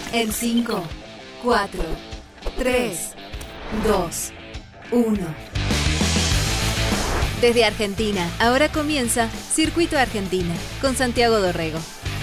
En 5, 4, 3, 2, 1. Desde Argentina, ahora comienza Circuito Argentina con Santiago Dorrego.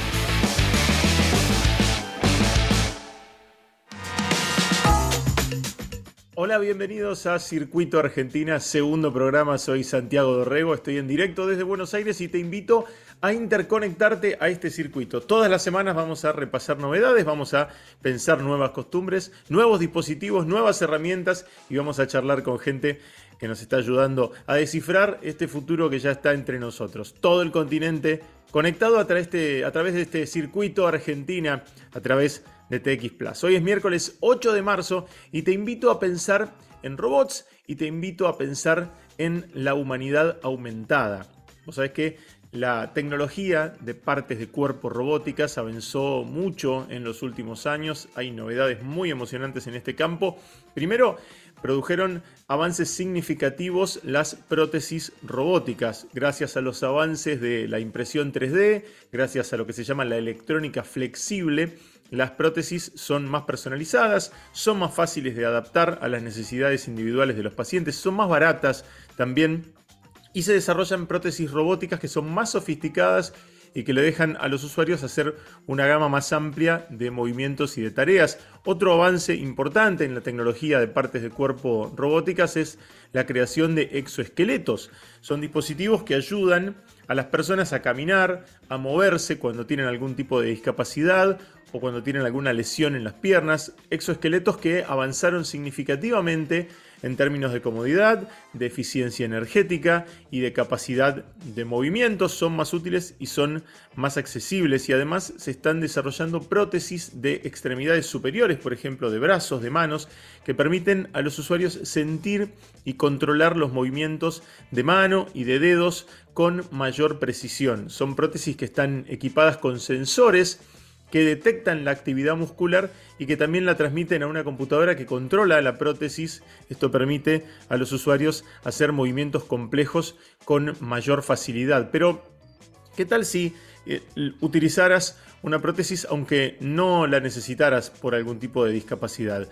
Hola, bienvenidos a Circuito Argentina, segundo programa. Soy Santiago Dorrego, estoy en directo desde Buenos Aires y te invito a interconectarte a este circuito. Todas las semanas vamos a repasar novedades, vamos a pensar nuevas costumbres, nuevos dispositivos, nuevas herramientas y vamos a charlar con gente que nos está ayudando a descifrar este futuro que ya está entre nosotros. Todo el continente conectado a través de este Circuito Argentina, a través de TX Plus. Hoy es miércoles 8 de marzo y te invito a pensar en robots y te invito a pensar en la humanidad aumentada. Vos sabés que la tecnología de partes de cuerpo robóticas avanzó mucho en los últimos años. Hay novedades muy emocionantes en este campo. Primero, produjeron avances significativos las prótesis robóticas, gracias a los avances de la impresión 3D, gracias a lo que se llama la electrónica flexible. Las prótesis son más personalizadas, son más fáciles de adaptar a las necesidades individuales de los pacientes, son más baratas también y se desarrollan prótesis robóticas que son más sofisticadas y que le dejan a los usuarios hacer una gama más amplia de movimientos y de tareas. Otro avance importante en la tecnología de partes de cuerpo robóticas es la creación de exoesqueletos. Son dispositivos que ayudan a las personas a caminar, a moverse cuando tienen algún tipo de discapacidad o cuando tienen alguna lesión en las piernas. Exoesqueletos que avanzaron significativamente en términos de comodidad, de eficiencia energética y de capacidad de movimiento. Son más útiles y son más accesibles y además se están desarrollando prótesis de extremidades superiores, por ejemplo de brazos, de manos, que permiten a los usuarios sentir y controlar los movimientos de mano y de dedos con mayor precisión. Son prótesis que están equipadas con sensores que detectan la actividad muscular y que también la transmiten a una computadora que controla la prótesis. Esto permite a los usuarios hacer movimientos complejos con mayor facilidad. Pero, ¿qué tal si utilizaras una prótesis aunque no la necesitaras por algún tipo de discapacidad?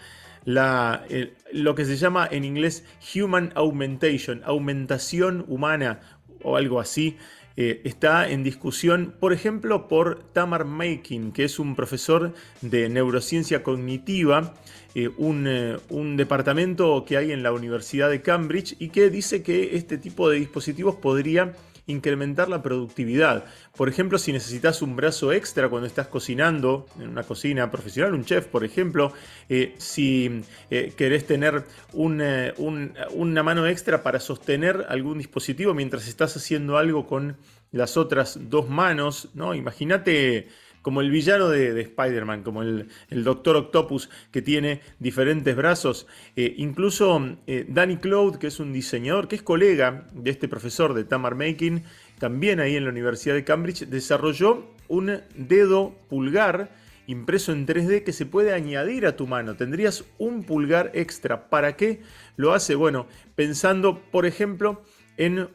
Lo que se llama en inglés Human Augmentation, aumentación humana o algo así, está en discusión, por ejemplo, por Tamar Makin, que es un profesor de neurociencia cognitiva, un departamento que hay en la Universidad de Cambridge y que dice que este tipo de dispositivos podría incrementar la productividad. Por ejemplo, si necesitas un brazo extra cuando estás cocinando en una cocina profesional, un chef, por ejemplo, si querés tener una mano extra para sostener algún dispositivo mientras estás haciendo algo con las otras dos manos, ¿no? Imagínate como el villano de Spider-Man, como el Doctor Octopus que tiene diferentes brazos. Incluso Danny Cloud, que es un diseñador, que es colega de este profesor de Tamar Makin, también ahí en la Universidad de Cambridge, desarrolló un dedo pulgar impreso en 3D que se puede añadir a tu mano. Tendrías un pulgar extra. ¿Para qué lo hace? Bueno, pensando, por ejemplo, en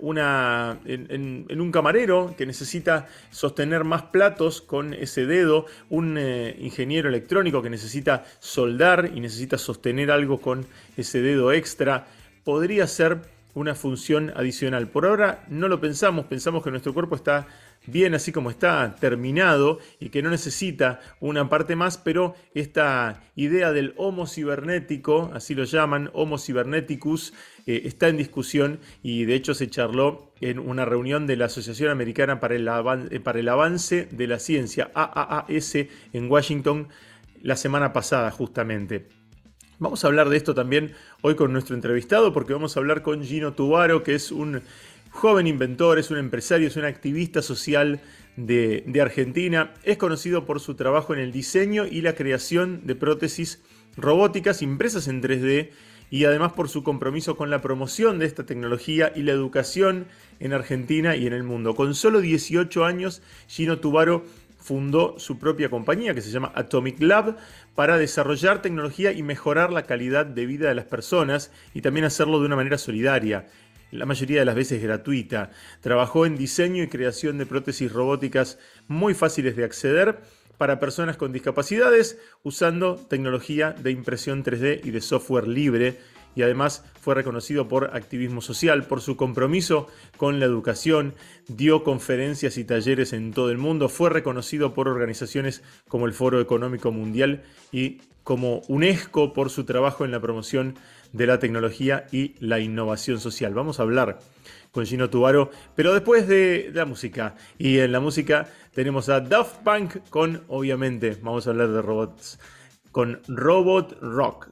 un camarero que necesita sostener más platos con ese dedo, un ingeniero electrónico que necesita soldar y necesita sostener algo con ese dedo extra, podría ser una función adicional. Por ahora no lo pensamos que nuestro cuerpo está bien así como está, terminado y que no necesita una parte más, pero esta idea del Homo cibernético, así lo llaman, Homo cyberneticus, está en discusión y de hecho se charló en una reunión de la Asociación Americana para el Avance de la Ciencia, AAAS, en Washington la semana pasada justamente. Vamos a hablar de esto también hoy con nuestro entrevistado porque vamos a hablar con Gino Tubaro, que es un joven inventor, es un empresario, es un activista social de Argentina. Es conocido por su trabajo en el diseño y la creación de prótesis robóticas impresas en 3D y además por su compromiso con la promoción de esta tecnología y la educación en Argentina y en el mundo. Con solo 18 años, Gino Tubaro fundó su propia compañía que se llama Atomic Lab para desarrollar tecnología y mejorar la calidad de vida de las personas y también hacerlo de una manera solidaria. La mayoría de las veces gratuita. Trabajó en diseño y creación de prótesis robóticas muy fáciles de acceder para personas con discapacidades usando tecnología de impresión 3D y de software libre. Y además fue reconocido por activismo social, por su compromiso con la educación, dio conferencias y talleres en todo el mundo, fue reconocido por organizaciones como el Foro Económico Mundial y como UNESCO por su trabajo en la promoción de la tecnología y la innovación social. Vamos a hablar con Gino Tubaro, pero después de la música. Y en la música tenemos a Daft Punk con, obviamente, vamos a hablar de robots, con Robot Rock.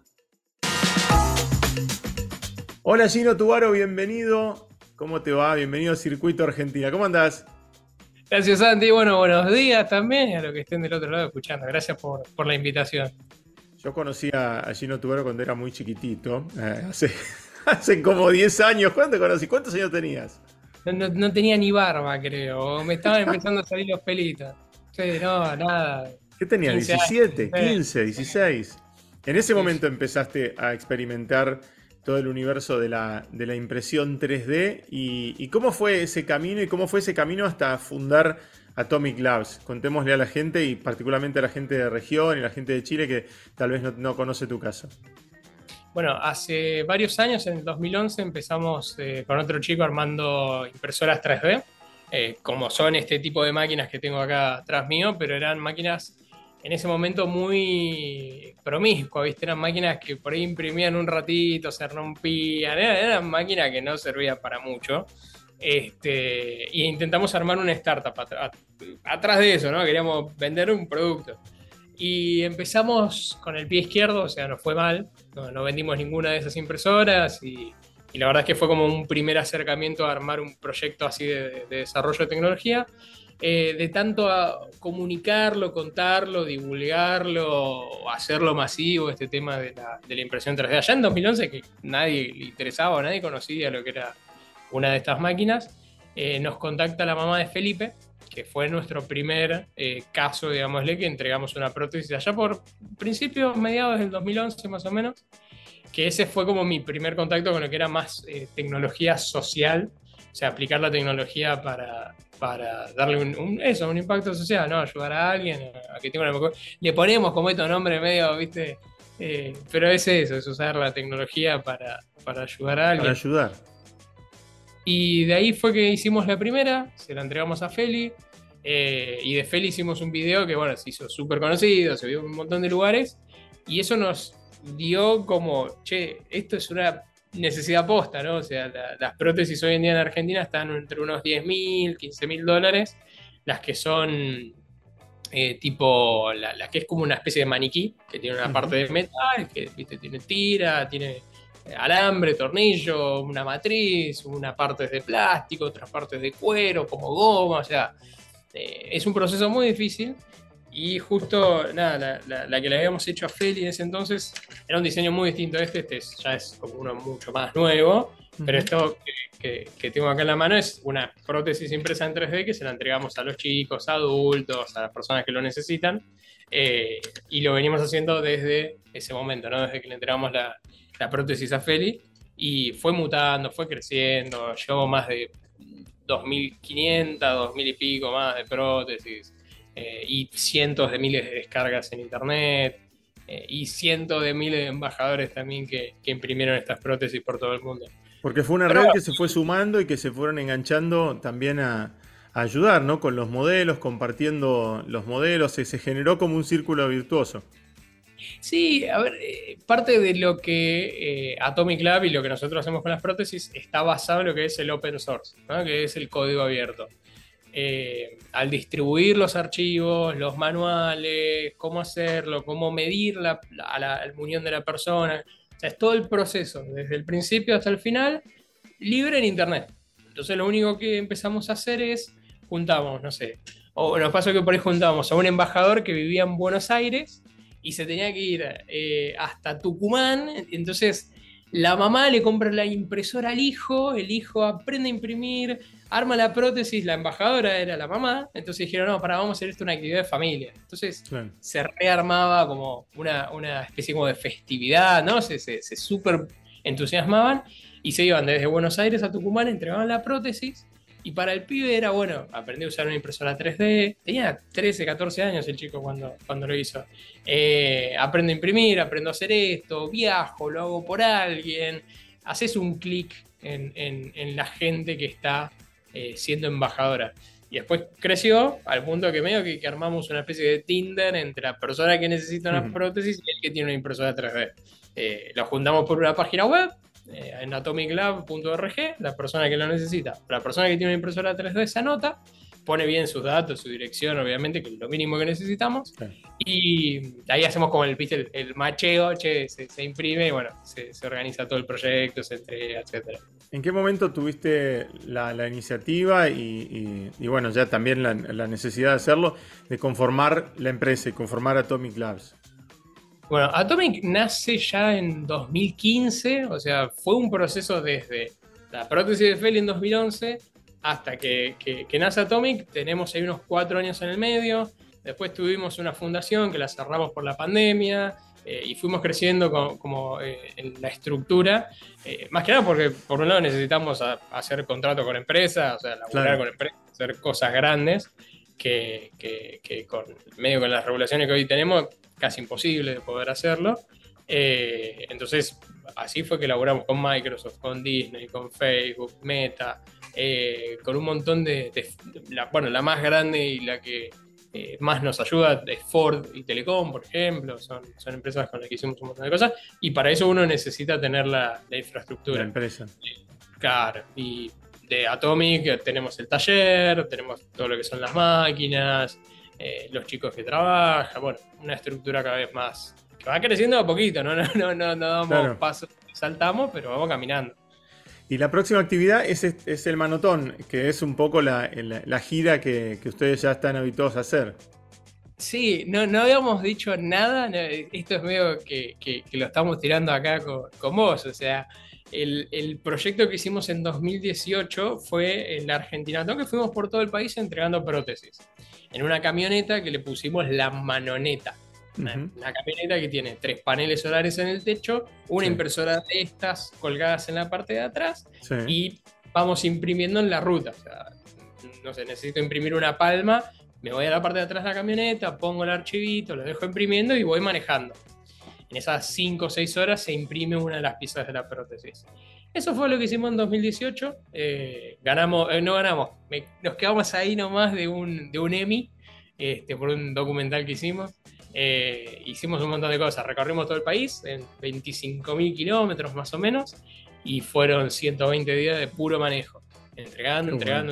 Hola Gino Tubaro, bienvenido. ¿Cómo te va? Bienvenido a Circuito Argentina. ¿Cómo andás? Gracias, Santi. Bueno, buenos días también a los que estén del otro lado escuchando. Gracias por la invitación. Yo conocí a Gino Tubaro cuando era muy chiquitito, hace como 10 años. ¿Cuándo te conocí? ¿Cuántos años tenías? No tenía ni barba, creo. Me estaban empezando a salir los pelitos. Sí, no, nada. ¿Qué tenías? 17, 15, 16. En ese Sí. momento empezaste a experimentar todo el universo de la impresión 3D. ¿Y cómo fue ese camino? ¿Y cómo fue ese camino hasta fundar Atomic Labs? Contémosle a la gente y particularmente a la gente de región y la gente de Chile que tal vez no conoce tu caso. Bueno, hace varios años, en el 2011, empezamos con otro chico armando impresoras 3D, como son este tipo de máquinas que tengo acá atrás mío, pero eran máquinas en ese momento muy promiscuas, ¿viste? Eran máquinas que por ahí imprimían un ratito, se rompían, eran máquinas que no servían para mucho. Y intentamos armar una startup atrás de eso, ¿no? Queríamos vender un producto. Y empezamos con el pie izquierdo, o sea, nos fue mal, no vendimos ninguna de esas impresoras y la verdad es que fue como un primer acercamiento a armar un proyecto así de desarrollo de tecnología. De tanto a comunicarlo, contarlo, divulgarlo, hacerlo masivo, este tema de la impresión 3D. Allá en 2011, que nadie le interesaba o nadie conocía lo que era una de estas máquinas, nos contacta la mamá de Felipe, que fue nuestro primer caso, digámosle, que entregamos una prótesis allá por principios, mediados del 2011 más o menos, que ese fue como mi primer contacto con lo que era más tecnología social, o sea, aplicar la tecnología para darle un impacto social, ¿no? Ayudar a alguien a que tenga una... Le ponemos como estos nombres medio, ¿viste? Pero es eso, es usar la tecnología para ayudar a alguien. Para ayudar. Y de ahí fue que hicimos la primera, se la entregamos a Feli, y de Feli hicimos un video que, bueno, se hizo súper conocido, se vio en un montón de lugares, y eso nos dio como, che, esto es una necesidad posta, ¿no? O sea, las prótesis hoy en día en Argentina están entre unos $10.000, $15.000, las que son tipo, la que es como una especie de maniquí, que tiene una parte de metal, que, ¿viste? Tiene tira, tiene alambre, tornillo, una matriz, una parte es de plástico, otras partes de cuero, como goma, o sea, es un proceso muy difícil. Y justo, nada, la que le habíamos hecho a Feli en ese entonces era un diseño muy distinto a este ya es como uno mucho más nuevo, pero esto que tengo acá en la mano es una prótesis impresa en 3D que se la entregamos a los chicos, adultos, a las personas que lo necesitan, y lo venimos haciendo desde ese momento, ¿no? Desde que le entregamos la prótesis a Feli, y fue mutando, fue creciendo, llevó más de 2.500, 2.000 y pico más de prótesis, y cientos de miles de descargas en internet, y cientos de miles de embajadores también que imprimieron estas prótesis por todo el mundo. Porque fue una red que se fue sumando y que se fueron enganchando también a ayudar, ¿no? Con los modelos, compartiendo los modelos, se generó como un círculo virtuoso. Sí, a ver, parte de lo que Atomic Lab y lo que nosotros hacemos con las prótesis está basado en lo que es el open source, ¿no? Que es el código abierto. Al distribuir los archivos, los manuales, cómo hacerlo, cómo medir la unión de la persona, o sea, es todo el proceso, desde el principio hasta el final, libre en internet. Entonces lo único que empezamos a hacer es, juntamos, no sé, o nos pasó que por ahí juntamos a un embajador que vivía en Buenos Aires y se tenía que ir hasta Tucumán. Entonces la mamá le compra la impresora al hijo, el hijo aprende a imprimir, arma la prótesis, la embajadora era la mamá, entonces dijeron, no, vamos a hacer esto una actividad de familia. Entonces se rearmaba como una especie como de festividad, ¿no? Se súper entusiasmaban y se iban desde Buenos Aires a Tucumán, entregaban la prótesis Y para el pibe era, bueno, aprendí a usar una impresora 3D. Tenía 13, 14 años el chico cuando lo hizo. Aprendo a imprimir, aprendo a hacer esto, viajo, lo hago por alguien. Haces un clic en la gente que está siendo embajadora. Y después creció al punto que medio que armamos una especie de Tinder entre la persona que necesita una prótesis y el que tiene una impresora 3D. Lo juntamos por una página web, en atomiclab.org, la persona que lo necesita. La persona que tiene una impresora 3D se anota, pone bien sus datos, su dirección, obviamente, que es lo mínimo que necesitamos. Sí. Y ahí hacemos como el macheo, se imprime y bueno, se organiza todo el proyecto, se entrega, etc. ¿En qué momento tuviste la iniciativa y bueno, ya también la necesidad de hacerlo, de conformar la empresa y conformar Atomic Labs? Bueno, Atomic nace ya en 2015, o sea, fue un proceso desde la prótesis de Feli en 2011 hasta que nace Atomic. Tenemos ahí unos 4 años en el medio. Después tuvimos una fundación que la cerramos por la pandemia y fuimos creciendo como en la estructura. Más que nada porque por un lado necesitamos hacer contrato con empresas, o sea, laburar con empresas, hacer cosas grandes que con las regulaciones que hoy tenemos casi imposible de poder hacerlo. Entonces así fue que laburamos con Microsoft, con Disney, con Facebook, Meta, con un montón la más grande y la que más nos ayuda es Ford y Telecom, por ejemplo. Son empresas con las que hicimos un montón de cosas y para eso uno necesita tener la infraestructura. La empresa. Claro, y de Atomic tenemos el taller, tenemos todo lo que son las máquinas, los chicos que trabajan, bueno, una estructura cada vez más, que va creciendo a poquito, no damos pasos, saltamos, pero vamos caminando. Y la próxima actividad es el Manotón, que es un poco la gira que ustedes ya están habituados a hacer. Sí, no habíamos dicho nada, esto es medio que lo estamos tirando acá con vos, o sea, el proyecto que hicimos en 2018 fue en la Argentina, que fuimos por todo el país entregando prótesis, en una camioneta que le pusimos la Manoneta. Una camioneta que tiene 3 paneles solares en el techo, una impresora de estas colgadas en la parte de atrás y vamos imprimiendo en la ruta. O sea, no sé, necesito imprimir una palma, me voy a la parte de atrás de la camioneta, pongo el archivito, lo dejo imprimiendo y voy manejando. En esas 5 o 6 horas se imprime una de las piezas de la prótesis. Eso fue lo que hicimos en 2018. Nos quedamos ahí nomás de un Emmy por un documental que hicimos. Hicimos un montón de cosas, recorrimos todo el país en 25.000 kilómetros más o menos y fueron 120 días de puro manejo, entregando.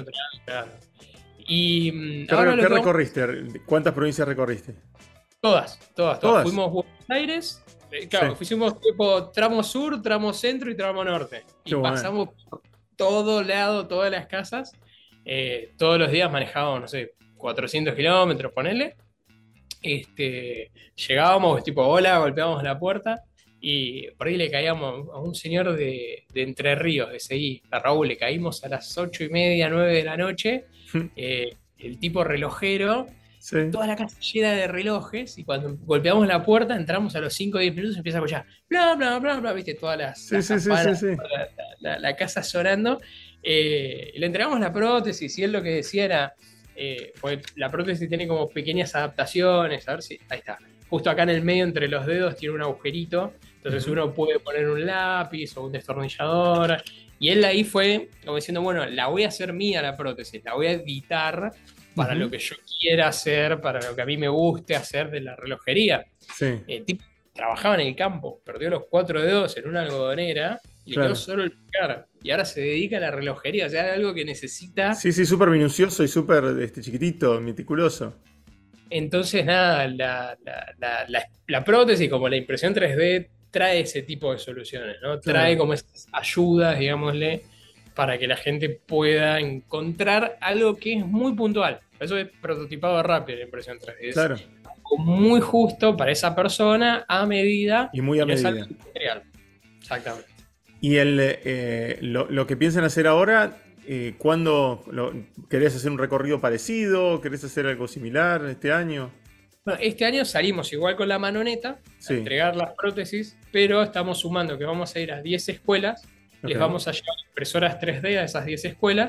Y ¿Qué recorriste? ¿Cuántas provincias recorriste? Todas. Fuimos a Buenos Aires, hicimos tipo tramo sur, tramo centro y tramo norte. Y pasamos por todo lado, todas las casas. Todos los días manejábamos, no sé, 400 kilómetros, ponele. Llegábamos, tipo, hola, golpeábamos la puerta y por ahí le caíamos a un señor de Entre Ríos, de Seguí, a Raúl, le caímos a las 8:30, 9 de la noche, el tipo relojero, toda la casa llena de relojes y cuando golpeamos la puerta entramos a los 5 o 10 minutos y empieza a escuchar bla, bla, bla, bla, viste, todas las campanas, la casa sonando, y le entregamos la prótesis y él lo que decía era... pues la prótesis tiene como pequeñas adaptaciones, a ver si, ahí está, justo acá en el medio entre los dedos tiene un agujerito, entonces uno puede poner un lápiz o un destornillador, y él ahí fue como diciendo, bueno, la voy a hacer mía la prótesis, la voy a editar para lo que yo quiera hacer, para lo que a mí me guste hacer de la relojería. Tipo, trabajaba en el campo, perdió los 4 dedos en una algodonera y le quedó solo el pulgar. Y ahora se dedica a la relojería, o sea, algo que necesita... Sí, súper minucioso y súper chiquitito, meticuloso. Entonces, nada, la prótesis, como la impresión 3D, trae ese tipo de soluciones, ¿no? Trae como esas ayudas, digámosle, para que la gente pueda encontrar algo que es muy puntual. Eso es prototipado rápido, la impresión 3D. Claro. Es algo muy justo para esa persona, a medida. Y muy a medida. Es algo real. Exactamente. Y lo que piensan hacer ahora, ¿cuándo querés hacer un recorrido parecido? ¿Querés hacer algo similar este año? Bueno, este año salimos igual con la Manoneta a entregar las prótesis, pero estamos sumando que vamos a ir a 10 escuelas, les vamos a llevar impresoras 3D a esas 10 escuelas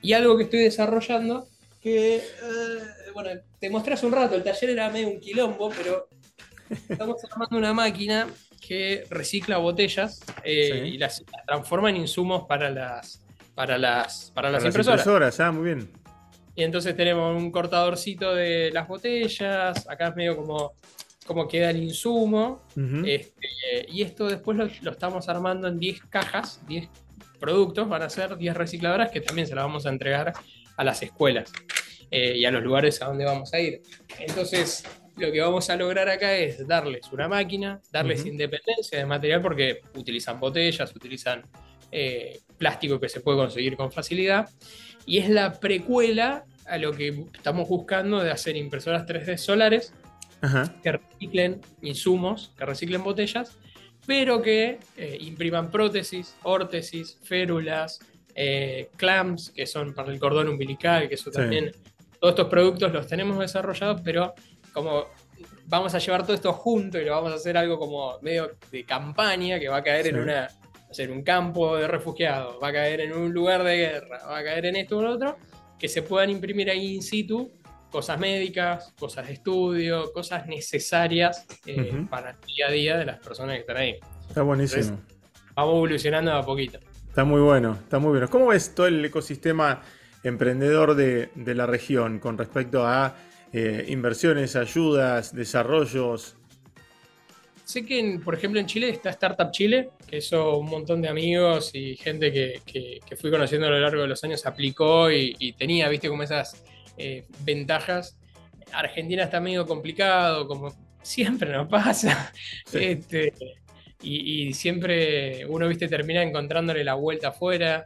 Y algo que estoy desarrollando, que, bueno, te mostré hace un rato, el taller era medio un quilombo, pero estamos armando una máquina que recicla botellas Sí. y las transforma en insumos para las Para las impresoras. impresoras, muy bien. Y entonces tenemos un cortadorcito de las botellas, acá es medio como queda el insumo. Ujú. Y esto después lo estamos armando en 10 cajas, 10 productos, van a ser 10 recicladoras que también se las vamos a entregar a las escuelas y a los lugares a donde vamos a ir. Entonces, lo que vamos a lograr acá es darles una máquina, darles Ujú. independencia de material porque utilizan botellas, utilizan plástico que se puede conseguir con facilidad, y es la precuela a lo que estamos buscando de hacer impresoras 3D solares Ajá. que reciclen insumos, que reciclen botellas, pero que impriman prótesis, órtesis, férulas, clamps, que son para el cordón umbilical, que eso Sí. también, todos estos productos los tenemos desarrollados, pero como vamos a llevar todo esto junto y lo vamos a hacer algo como medio de campaña, que va a caer Sí. en un campo de refugiados, va a caer en un lugar de guerra, va a caer en esto o lo otro, que se puedan imprimir ahí in situ cosas médicas, cosas de estudio, cosas necesarias Ujú. para el día a día de las personas que están ahí. Está Entonces, buenísimo. vamos evolucionando de a poquito. Está muy bueno, está muy bueno. ¿Cómo ves todo el ecosistema emprendedor de la región con respecto a inversiones, ayudas, desarrollos? Sé que, por ejemplo, en Chile está Startup Chile, que eso un montón de amigos y gente que fui conociendo a lo largo de los años aplicó y tenía, viste, como esas ventajas. Argentina está medio complicado, como siempre nos pasa. Sí. Y siempre uno, viste, termina encontrándole la vuelta afuera.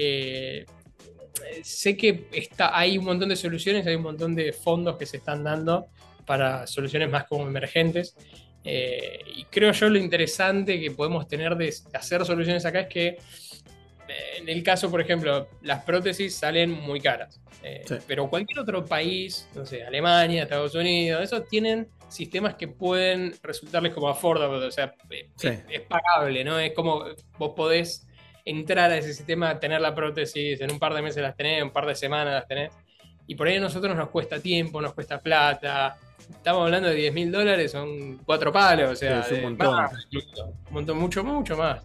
Sé que hay un montón de soluciones, hay un montón de fondos que se están dando para soluciones más como emergentes. Y creo yo lo interesante que podemos tener de hacer soluciones acá es que en el caso, por ejemplo, las prótesis salen muy caras. Sí. Pero cualquier otro país, no sé, Alemania, Estados Unidos, esos tienen sistemas que pueden resultarles como affordable, o sea, Sí. es pagable, ¿no? Es como vos podés entrar a ese sistema, tener la prótesis, en un par de meses las tenés, en un par de semanas las tenés. Y por ahí a nosotros nos cuesta tiempo, nos cuesta plata. Estamos hablando de $10.000, son 4 palos, o Sí, sea, es un más, montón. incluso, un montón, mucho, mucho más.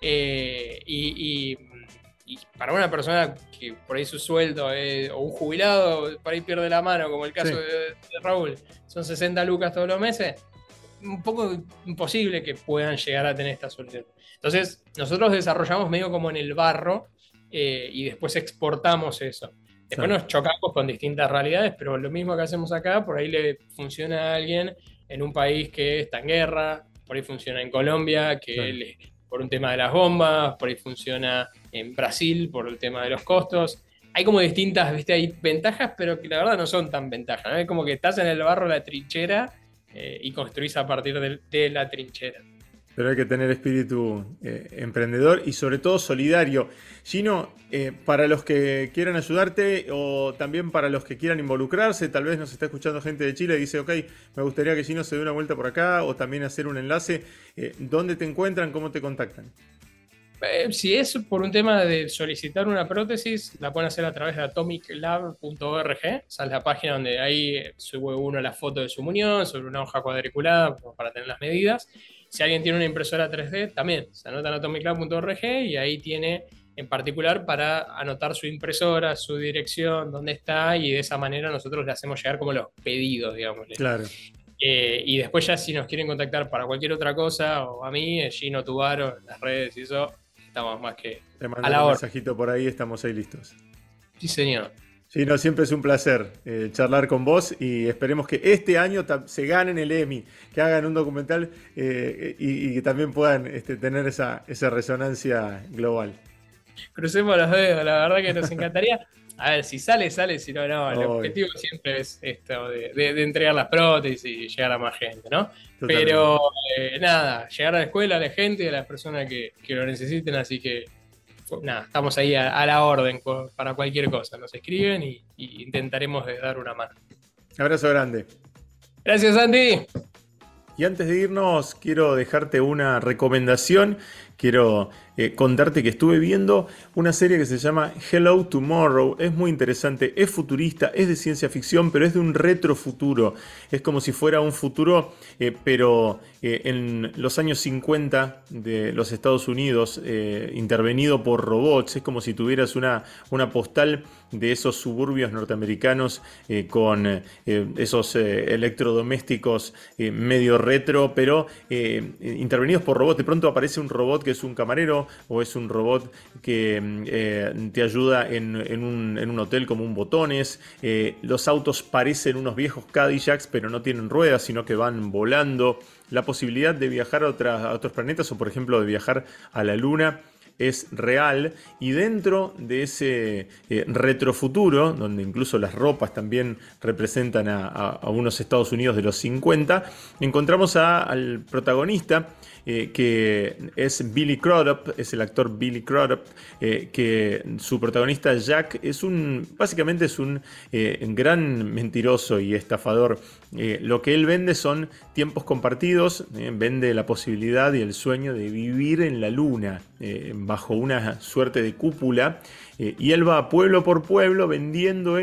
Y para una persona que por ahí su sueldo o un jubilado por ahí pierde la mano, como el Sí. caso de Raúl, son 60 lucas todos los meses, un poco imposible que puedan llegar a tener esta solución. Entonces, nosotros desarrollamos medio como en el barro y después exportamos eso. Después Claro. nos chocamos con distintas realidades, pero lo mismo que hacemos acá, por ahí le funciona a alguien en un país que está en guerra, por ahí funciona en Colombia, Claro. por un tema de las bombas, por ahí funciona en Brasil por el tema de los costos. Hay como distintas, viste, hay ventajas, pero que la verdad no son tan ventajas, ¿no? Es como que estás en el barro de la trinchera y construís a partir de la trinchera. Pero hay que tener espíritu emprendedor y sobre todo solidario. Gino, para los que quieran ayudarte o también para los que quieran involucrarse, tal vez nos está escuchando gente de Chile y dice, ok, me gustaría que Gino se dé una vuelta por acá o también hacer un enlace. ¿Dónde te encuentran? ¿Cómo te contactan? Si es por un tema de solicitar una prótesis, la pueden hacer a través de atomiclab.org. Esa es la página donde ahí sube uno la foto de su muñón sobre una hoja cuadriculada para tener las medidas. Si alguien tiene una impresora 3D, también se anota en atomiclab.org y ahí tiene en particular para anotar su impresora, su dirección, dónde está, y de esa manera nosotros le hacemos llegar como los pedidos, digamos. Claro. Y después ya si nos quieren contactar para cualquier otra cosa, o a mí, Gino Tubaro, en las redes y eso, estamos más que Te a mandan la un hora. mensajito por ahí, estamos ahí listos. Sí, señor. Gino, siempre es un placer charlar con vos y esperemos que este año se ganen el Emmy, que hagan un documental y que también puedan tener esa resonancia global. Crucemos los dedos, la verdad que nos encantaría. A ver, si sale, sale, si no, no. El Obvio. objetivo siempre es esto de entregar las prótesis y llegar a más gente, ¿no? Totalmente. Pero nada, llegar a la escuela, a la gente y a las personas que lo necesiten, así que nada, estamos ahí a la orden para cualquier cosa. Nos escriben y intentaremos dar una mano. Abrazo grande. Gracias, Santi. Y antes de irnos, quiero dejarte una recomendación quiero contarte que estuve viendo una serie que se llama Hello Tomorrow. Es muy interesante, es futurista, es de ciencia ficción, pero es de un retrofuturo. Es como si fuera un futuro, pero en los años 50 de los Estados Unidos, intervenido por robots. Es como si tuvieras una postal de esos suburbios norteamericanos con esos electrodomésticos medio retro, pero intervenidos por robots. De pronto aparece un robot que es un camarero, o es un robot que te ayuda en un hotel como un botones. Los autos parecen unos viejos Cadillacs, pero no tienen ruedas, sino que van volando. La posibilidad de viajar a otros planetas, o por ejemplo de viajar a la Luna, es real, y dentro de ese retrofuturo, donde incluso las ropas también representan a unos Estados Unidos de los 50, encontramos al protagonista, que es Billy Crudup, es el actor Billy Crudup, que su protagonista Jack básicamente es un gran mentiroso y estafador. Lo que él vende son tiempos compartidos, vende la posibilidad y el sueño de vivir en la Luna, bajo una suerte de cúpula, y él va pueblo por pueblo vendiendo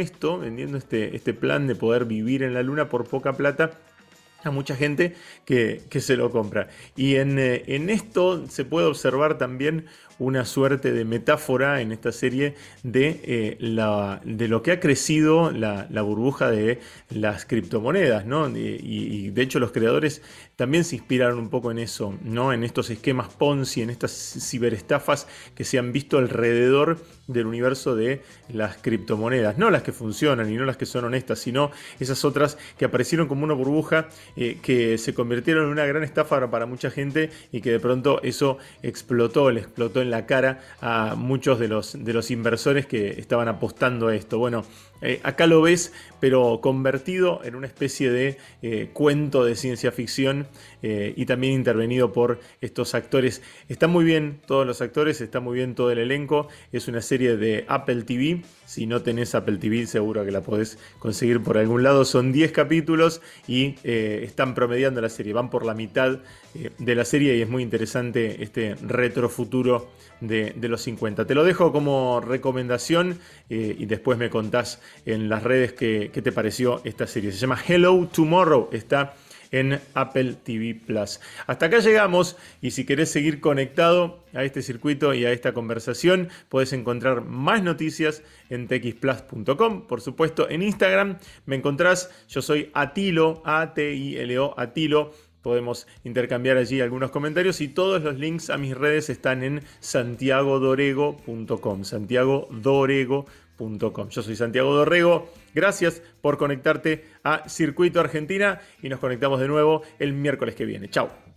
este plan de poder vivir en la Luna por poca plata a mucha gente que se lo compra. Y en esto se puede observar también una suerte de metáfora en esta serie de lo que ha crecido la burbuja de las criptomonedas, ¿no? Y de hecho los creadores también se inspiraron un poco en eso, ¿no? En estos esquemas Ponzi, en estas ciberestafas que se han visto alrededor del universo de las criptomonedas. No las que funcionan y no las que son honestas, sino esas otras que aparecieron como una burbuja, que se convirtieron en una gran estafa para mucha gente, y que de pronto eso le explotó en la cara a muchos de los inversores que estaban apostando a esto. Bueno, acá lo ves, pero convertido en una especie de cuento de ciencia ficción, y también intervenido por estos actores. Están muy bien todos los actores, está muy bien todo el elenco. Es una serie de Apple TV. Si no tenés Apple TV, seguro que la podés conseguir por algún lado. Son 10 capítulos y están promediando la serie. Van por la mitad de la serie, y es muy interesante este retrofuturo de los 50. Te lo dejo como recomendación, y después me contás en las redes qué te pareció esta serie. Se llama Hello Tomorrow. Está en Apple TV Plus. Hasta acá llegamos, y si querés seguir conectado a este circuito y a esta conversación, podés encontrar más noticias en txplus.com. Por supuesto, en Instagram me encontrás. Yo soy Atilo, A-T-I-L-O, Atilo. Podemos intercambiar allí algunos comentarios, y todos los links a mis redes están en santiagodorego.com. santiagodorego.com. Yo soy Santiago Dorrego. Gracias por conectarte a Circuito Argentina, y nos conectamos de nuevo el miércoles que viene. Chao.